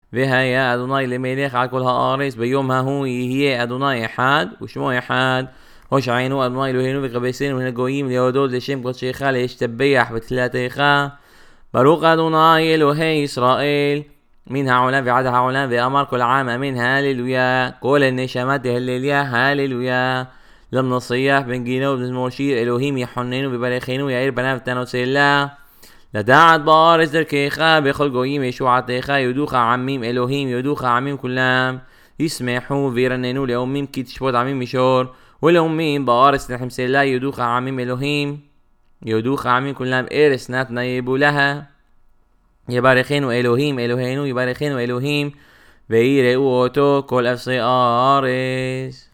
והיה אדוני למלך על כל הארץ, ביום ההוא יהיה אדוני אחד ושמו אחד. הושענו אדוני אלוהינו וקבצנו מן הגויים להודות לשם קודשך להשתבח בתהילתך. ברוך אדוני אלוהי ישראל מן העולם ועד העולם, ואמר כל העם אמן הללויה. כל הנשמה תהלליה הללויה. لم نصيح بن جينو بن موشير إلهيم يحننو ببرخينو يعير بنافتانو سيلا لدعت بارز دركيخا بخل جويم يشوعتيخا يدوخا عميم إلهيم يدوخا عميم كلام يسمحوا فيرننو لأميم كي تشبوت عميم مشور والأميم بارز نحم سيلا يدوخا عميم إلهيم يدوخا عميم كلام إرس ناتنا يبو لها يبارخينو إلهيم إلهينو يبارخينو إلهيم ويرئو أوتو كل أفسي آرس.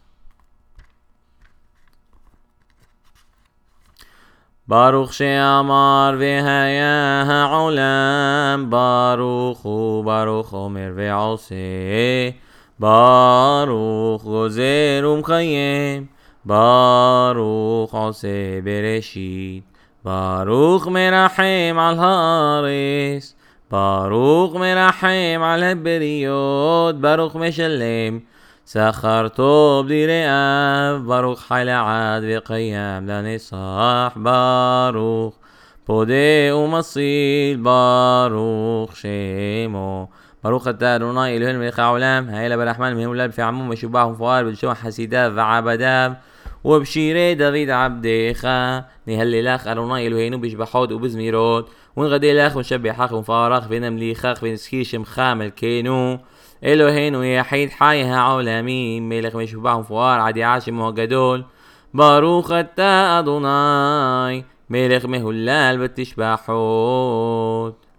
ברוך שאמר והיה העולם, ברוך הוא ברוך אומר ועושה, ברוך גוזר ומקיים, ברוך עושה בראשית, ברוך מרחם על הארץ, ברוך מרחם על הבריות, ברוך משלם שכר טוב לרעב, ברוך חי לעד וקיים לנצח, ברוך פודה ומציל, ברוך שמו. ברוך אתה אדוני אלוהינו מלך העולם, האל ברחמן מהולל בפי עמו משובח ומפואר בלשון חסידיו ועבדיו ובשירי דוד עבדך. נהללך אדוני אלוהינו בשבחות ובזמירות, ונגדלך ונשבחך ונפארך ונמליכך ונזכיר שמך מלכנו אלוהינו יחיד חי העולמים, מלך משובח ומפואר עד שמו הגדול. ברוך אתה אדוני מלך מהולל בתשבחות.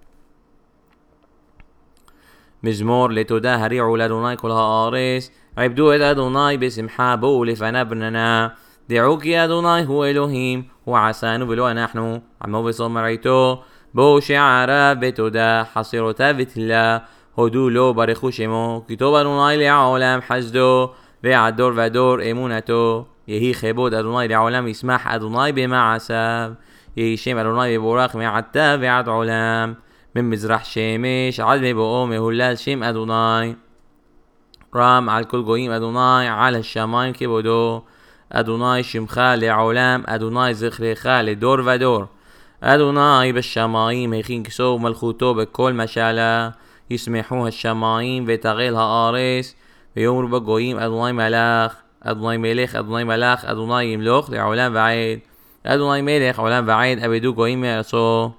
מזמור לתודה, הריעו לאדוני כל הארץ, עבדו את אדוני בשמחה, בואו לפניו ברננה. דעו כי אדוני הוא אלוהים, הוא עשנו ולא אנחנו, עמו וסוד מרעיתו. בואו שעריו בתודה, חסירותיו בתהילה, הודו לו ברכו שמו. כי טוב אדוני לעולם חסדו, ועד דור ודור אמונתו. יהי כבוד אדוני לעולם, ישמח אדוני במעשיו. יהי שם אדוני מבורך מעתה ועד עולם, ממזרח שמש עד מבואו מהולל שם אדוני. רם על כל גויים אדוני, על השמיים כבודו. אדוני שמך לעולם, אדוני זכרך לדור ודור. אדוני בשמיים הכין כסו ומלכותו בכל משלה. ישמחו השמיים ותגל הארץ, ויאמרו בגויים אדוני מלך, אדוני מלך, אדוני מלך, אדוני ימלוך לעולם ועד. אדוני מלך עולם ועד, עבדו גויים מארצו.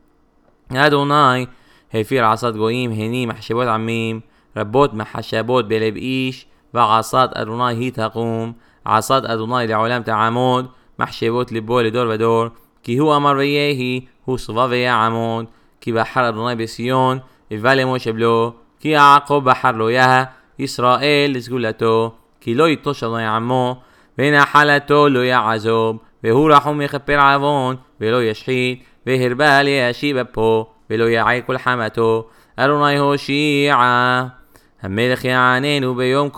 אדוני הפיר עשת גויים, הני מחשבות עמים, רבות מחשבות בלב איש, ועשת אדוני היא תקום. עשת אדוני לעולם תעמוד, מחשבות ליבו לדור ודור. כי הוא אמר ויהי, הוא סבב ויעמוד. כי בחר אדוני בציון, ולמשה בלו. כי יעקב בחר לו יה, ישראל לסגולתו. כי לא יטוש אדוני עמו, ונחלתו לא יעזוב. והוא רחום יכפר עוון, ולא ישחית, והרבה לישיב אפו, ולא יעי כל חמתו. אדוני הושיע, המלך יעננו ביום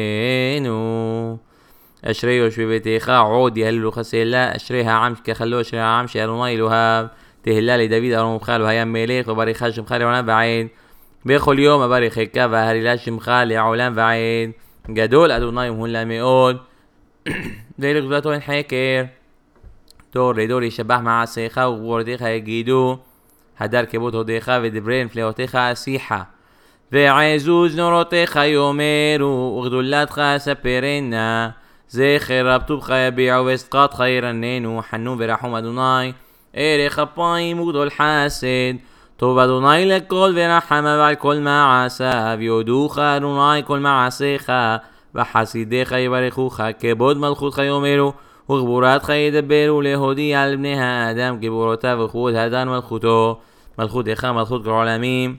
קוראנו. אשרי יושבי ביתך עוד יהללו חסלה, אשרי העם ככלו, אשרי העם שאדוני אלוהיו. תהילה לדוד ארומך והיה מלך, ובריך שמך לעולם ועד. בכל יום אברכך וההלילה שמך לעולם ועד. גדול אדוני ומהולל מאוד, ולגבולתו אין חקר. דור לדור ישבח מעשיך וגבורתך יגידו, הדר כבוד הודיך ודברי נפלאותיך אשיחה. ועזוז נורותיך יאמרו, וגדולתך ספרנה. זכר רב טובך יביעו וסתקתך ירננו. חנון ורחום אדוני, ערך אפיים וגדול חסד. טוב אדוני לכל ורחם ועל כל מעשיו. יודוך אדוני כל מעשיך, וחסידיך יברכוך. כבוד מלכותך יאמרו, וגבורתך ידברו. להודיע על בני האדם גבורותיו, וכבוד הדר מלכותו. מלכותך מלכות כל העולמים,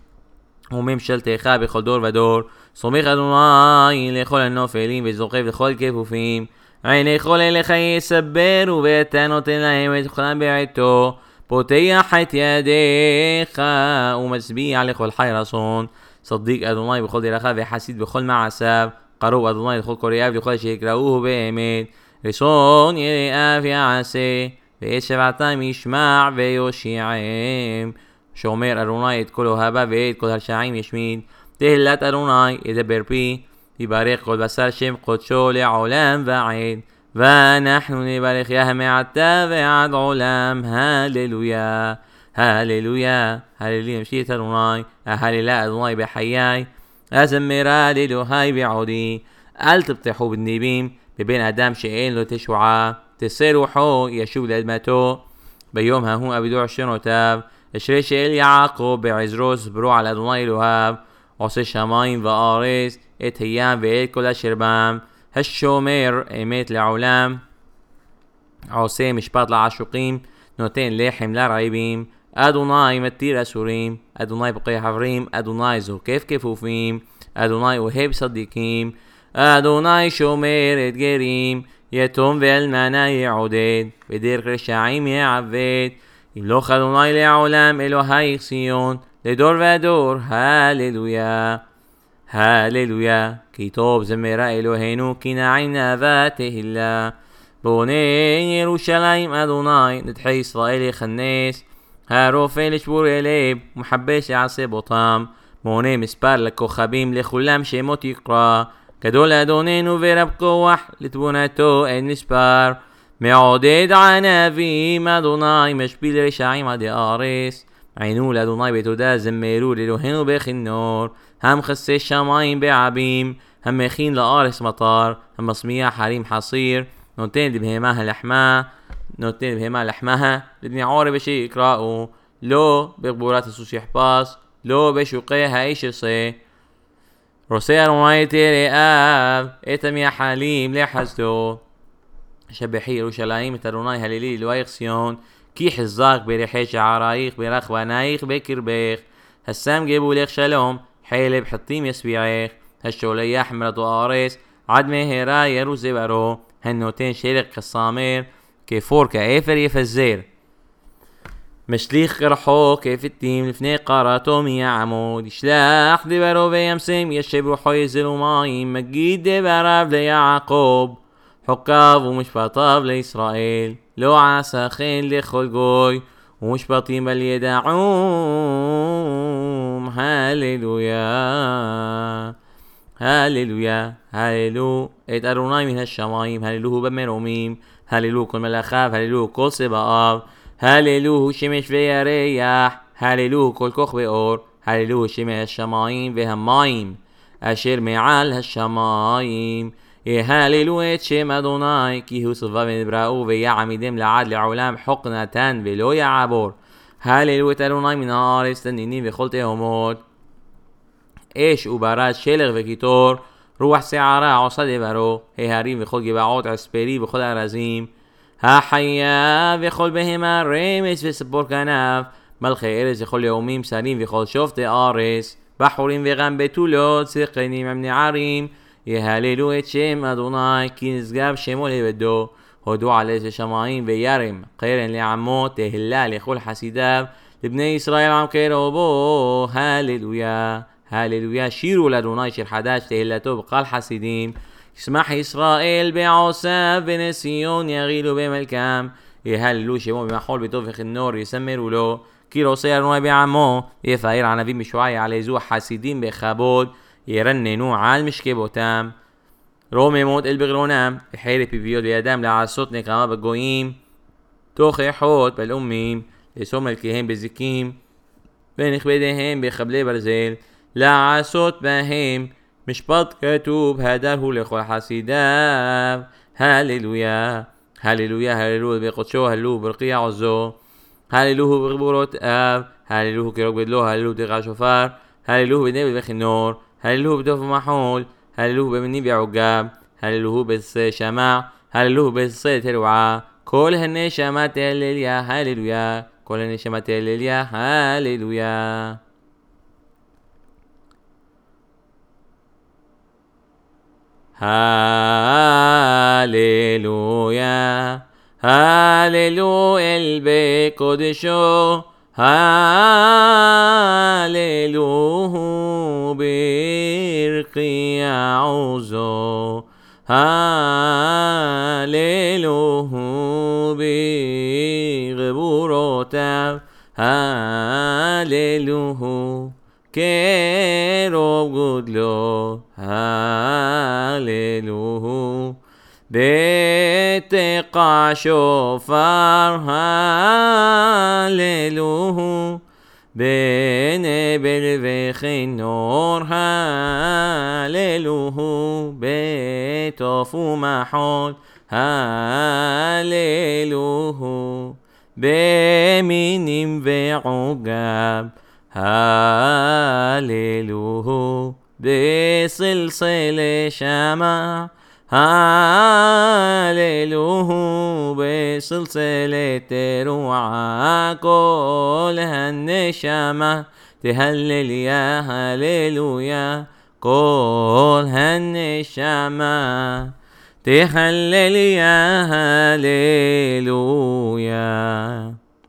וממשלתך בכל דור ודור. סומך אדוני לכל הנופלים, וזוכב לכל כפופים. עיני כל אליך יסברו, ואתה נותן להם את כולם בעתו. פותח את ידיך, ומצביע לכל חי רצון. צדיק אדוני בכל דרכיו, וחסיד בכל מעשיו. קרוב אדוני לכל קוראיו, לכל שיקראוהו באמת. רצון יראיו יעשה, ואת שבעתם ישמע ויושיעם. שומר אדוני את כל אוהביו, ואת כל הרשעים ישמיד. תהילת אדוני ידבר פי, יברך כל בשר שם קודשו לעולם ועד, ואנחנו נברך יה מעתה ועד עולם. הללויה, הללויה, הללי משיט אדוני, ההללה אדוני בחיי, הזמרה לאלוהי בעודי. אל תבטחו בניבים בבן אדם שאין לו תשועה, תשא רוחו ישוב לאדמתו ביום ההוא אבדו עשנותיו. אשרי שאל יעקב בעזרו סברו על אדוני אלוהיו, עושה שמיים וארץ, את הים ואת כל אשר בם, השומר אמת לעולם, עושה משפט לעשוקים, נותן לחם לרעבים. אדוני מתיר אסורים, אדוני בוקע חברים, אדוני זוקף כפופים, אדוני אוהב צדיקים, אדוני שומר את גרים, יתום ואלמנה יעודד, ודרך רשעים יעבד. ימלוך אדוני לעולם אלוהי ציון, לדור ודור. הללויה, הללויה, כי טוב זמרה אלוהינו, כי נעים נאווה תהילה. בוני ירושלים אדוני, נדחי ישראל יכנס, הרופא לשבור הלב, מחבש יעשה בותם. מונה מספר לכוכבים, לכולם שמות יקרא, גדול אדוננו ורב כוח, לתבונתו אין מספר. מעודד ענבים אדוני, משפיל רשעים עד הארץ. עינו לאדוני בתודה, זמרו לאלוהינו בכינור. המכסה שמיים בעבים, המכין לארץ מטר, המשמיח הרים חסיר. נותן לבהמה הלחמה, נותן לבהמה לחמها, לבני עורב שיקראו, לא בגבורת הסוס יחפש, לא בשוקי האיש עושה. רוצה אדוני את יראיו, את המייחלים לחסדו. שבחי ירושלים את אדוני, הללי אלוהיך ציון, כי חזק בריחי שערייך, ברחבנייך בקרבך. השם גבולך שלום, חלב חטים ישביעך, השולח מרת הארץ, עד מהרה ירוץ ברו, הנותן שלג כסמר, כפור כאפר יפזר. משליך כרחו כפתים, לפני קראתו מיעמוד. ישלח דברו וימסם, ישב רוחו יזל מים, מגיד דבריו ליעקב, חוקיו ומשפטיו לישראל. לא עשה כן לכל גוי, ומשפטים בל ידעום. הללויה, הללויה, הללו את אדוני מן השמיים, הללוהו במרומים, הללו כל מלאכיו, הללו כל צבאיו, הללוהו שמש וירח, הללוהו כל כוכב אור, הללוהו שמש השמיים והמים אשר מעל השמיים. יהללו את שם אדוני, כי הוא סבב ונבראו, ויעמידם לעד לעולם חוק נתן ולא יעבור. הללו את אדוני מן הארץ, תנינים וכל תהומות, אש וברד, שלג וקיטור, רוח שערה עושה דברו. ההרים וכל גבעות, אספרי וכל ארזים, החיה וכל בהמה, רמס וספור כנף, מלכי ארץ וכל לאומים, שרים וכל שופטי ארץ, בחורים וגם בתולות, שחקנים עם נערים. יהללו את שם אדוני, כי נשגב שמו לבדו. הודו על אש השמיים וירם, קרן לעמו, תהילה לכל חסידיו, לבני ישראל עם קרובו. הללויה, הללויה, שירו לאדוני שיר חדש, תהילתו בכל חסידים. ישמח ישראל בעושיו, בני ציון יגילו במלכם. יהללו שמו במחול בטוב וכינור, יסמרו לו, כי עושה אדוני בעמו. יפאר ענבים בשועה, יעלזו חסידים בכבוד, ירננו על משכבותם. רוממות אל בגרונם, וחרב פיפיות בידם, לעשות נקמה בגויים, תוכחות באלומים, לשום מלכיהם בזיקים, ונכבדיהם בחבלי ברזל, לעשות בהם משפט כתוב, הדרו לכל חסידיו. הללויה, הללויה, הללוה בקודשו, הללוה ברקיע עוזו, הללוה בגבורותיו, הללוה כרוק בדלו, הללוה תקע שופר, הללוה בנבל וכינור, הללוה בדוף ומחול, הללוה במניב ועוגב, הללוה בשא שמע, הללוה בשא תרועה. כל הנשמה תהלליה, הללויה, כל הנשמה תהלליה, הללויה. הללויה, הללו אל בקודשו, הללוהו ברקיע עוזו, הללוהו בגבורותיו, הללוהו כרוב גודלו, הללוהו. בתקע שופר, הללוהו. בנבל וכינור, הללוהו. בתוף ומחול, הללוהו. במינים ועוגב, הללוהו. בסלסל שמע, הללוהו. בסלסל תרועה כל הנשמה תהלל יה הללויה. כל הנשמה תהלל יה הללויה.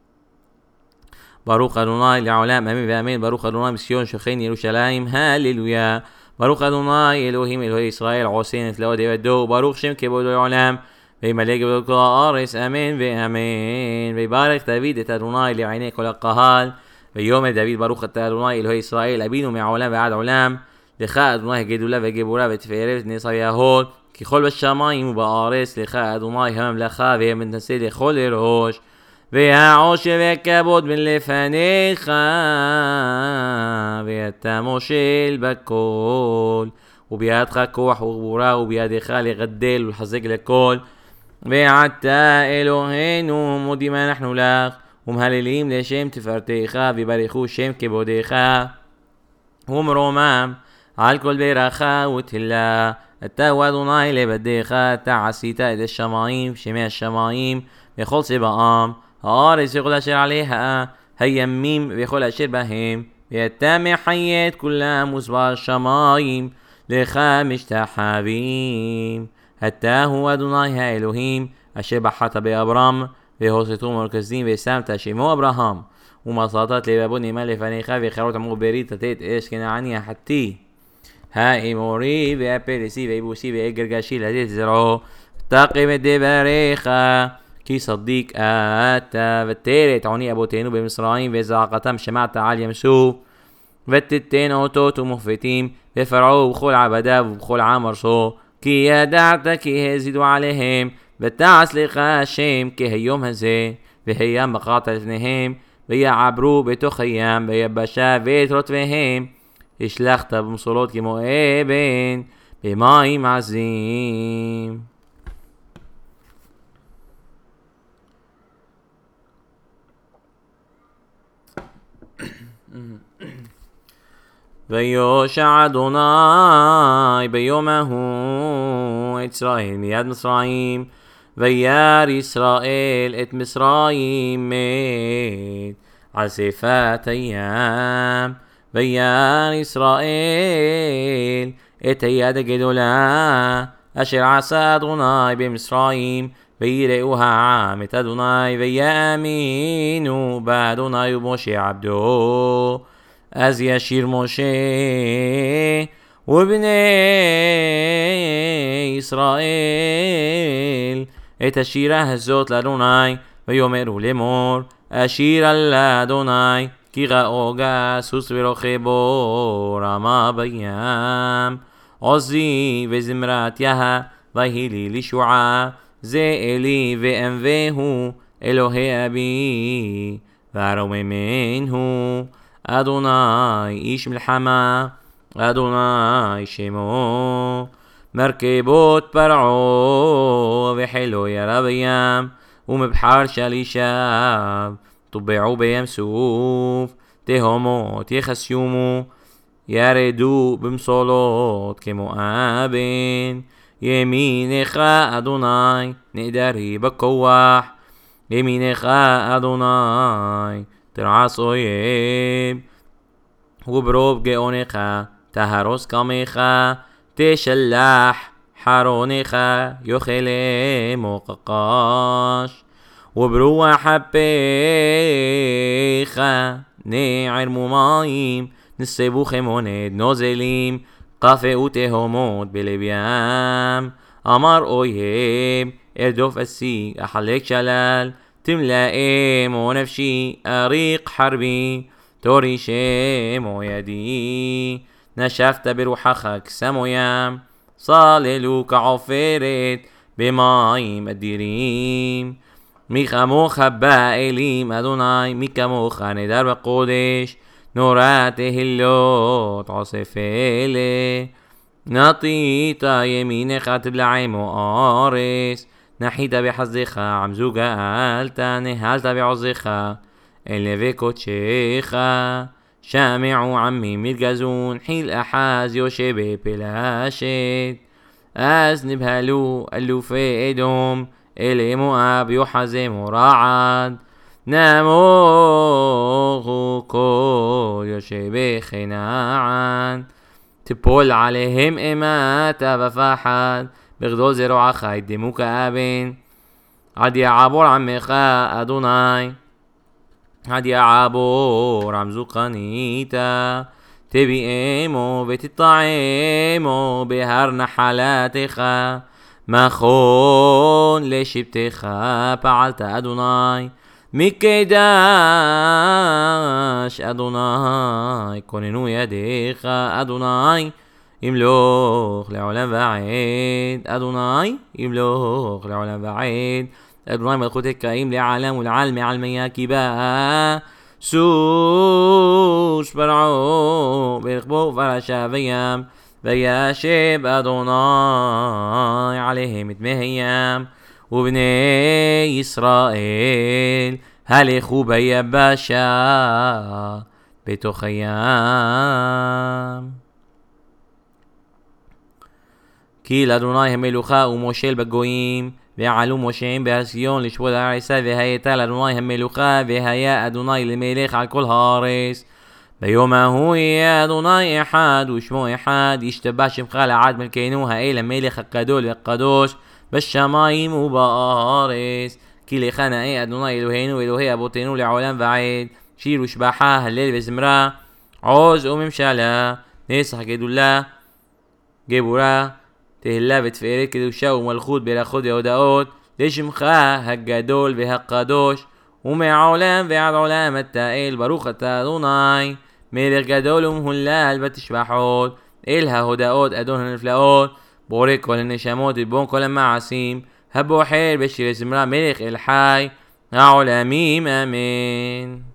ברוך אדוני לעולם אמן ואמן. ברוך אדוני מציון שכן ירושלים, הללויה. ברוך אדוני אלוהים אלוהי ישראל עושה נפלאות עבדו. ברוך שם כבודו לעולם וימלא כבודו כל הארץ, אמן ואמן. ויברך דוד את אדוני לעיני כל הקהל. ויאמר דוד ברוך אתה אדוני אלוהי ישראל אבינו מעולם ועד עולם. לך אדוני הגדולה והגיבורה ותפארת ונצח והוד ככל בשמיים ובארץ. לך אדוני הממלכה והמתנשא לכל ראש והעושר והכבוד בין לפניך, ואתה מושל בכל. ובידך כוח וגבורה ובידך לגדל ולחזק לכל. ועתה אלוהינו מודים אנחנו לך ומהללים לשם תפארתך וברכו שם כבודך ומרומם על כל ברכה ותהילה. אתה הוא אדוני לבדיך, אתה עשית את השמיים שמי השמיים וכל צבאם, הארץ וכל אשר עליה, הימים וכל אשר בהם, ואתה מחיה את כולם וצבא השמיים לך משתחווים. אתה הוא אדוני האלוהים אשר בחרת באברהם והוסתו מרכזים ושמת שמו אברהם ומסרת לבבו נאמן לפניך וחרות עמו ברית לתת אש כנעני החתי האמורי והפרסי והיבוסי והגרגשי לתת זרעו. תקם את דבריך כי צדיק אתה ותרא את עוני אבותינו במצרים וזעקתם שמעת על ים סוף ותיתן אותות ומופתים בפרעה ובכל עבדיו ובכל עם ארצו כי ידעת כי הזידו עליהם ותעש לך השם כהיום הזה והים בחרת לפניהם ויעברו בתוך הים ביבשה ואת רוטביהם השלחת במסורות כמו אבן במים עזים. ויושע אדוני ביום ההוא את ישראל מיד מצרים וירא ישראל את מצרים מת על שפת הים. וירא ישראל את היד הגדולה אשר עשה אדוני במצרים ויראו העם את אדוני ויאמינו באדוני ובמשה עבדו. אז ישיר משה ובני ישראל את השירה הזאת לאדוני ויאמרו לאמור השיר על אדוני כי ראוגה סוס ורוכבו רמה בים עוזי וזמרת יה ויהי לישועה זה אלי ואנבהו אלוהי אבי ורוממנו אדוני איש מלחמה אדוני שמו. מרכבות פרעה וחילו ירה בים ומבחר שלישיו טובעו בים סוף תהומות יחסיומו ירדו במסולות כמו אבן. ימינך אדוני נעדרי בכוח ימינך אדוני תרעס אויב וברוב גאונך תהרוס קמך תשלח חרונך יאכל מוקקש וברוח אפיך נערמו מים נסבו חמונד נוזלים קפאו תהומות בלב ים. אמר אויב ארדוף אסי אחלק שלל תמלאם ונפשי אריק חרבי תורי שמו ידי, נשפת ברוחך קסמו ים, صللوا كعفرت بماء أديريم مي كموخ بائليم أدوناي مي كموخ ندر بقودش نوراته اللوت عصفيلي نطيت يمينك تبلعيم وآرس نحيت بحظك عمزوجة ألتا نهلت بعزك اللي في كوتشيخا شامع عمي متجزون حيل أحاز يوشي بلاشت أذنب هلو قالو في إيدهم إلي مؤاب يحزم رعد ناموغو كل يوشي بخناعا تبول عليهم إماتا بفحد بغدول زروعك يدموك أبين عد يعبور عمخا أدوناي عد يعبور عمزو قنيتا تبي إيمو بتطعيمو بهر نحلاتك مخون لشبتك فعلت أدوناي مكداش أدوناي كوننو يديك أدوناي يملوخ لعلم بعيد أدوناي يملوخ لعلم بعيد أدوناي ملكوتك كايم لعالم والعالم علميا كبا سوس برعو برخبو فرشا بيام بياشب أدوناي عليهم اتمهيام وبني إسرائيل هلخوا بيباشا بيتو خيام كي لأدوناي هملوخا وموشيل بقويم ועלו מושעים בהסיון לשפוט הארצה והייתה לאדוני המלוכה והיה אדוני למלך על כל הארץ. ביום ההוא יהיה אדוני אחד ושמו אחד ישתבח שמך לעד מלכנו האל המלך הגדול והקדוש בשמיים ובארץ. כי לך נאה אדוני אלוהינו אלוהי אבותינו לעולם ועד. שיר ושבחה הלל וזמרה עוז וממשלה נצח גדולה גבורה תהילה ותפארת קדושה ומלכות ברכות והודאות לשמך הגדול והקדוש ומעולם ועד עולם אתה אל ברוך אתה אדוני מלך גדול ומהולל בתשבחות אל ההודאות אדון הנפלאות בורא כל הנשמות ובון כל המעשים הבוחר בשיר זמרה מלך אל חי העולמים אמן.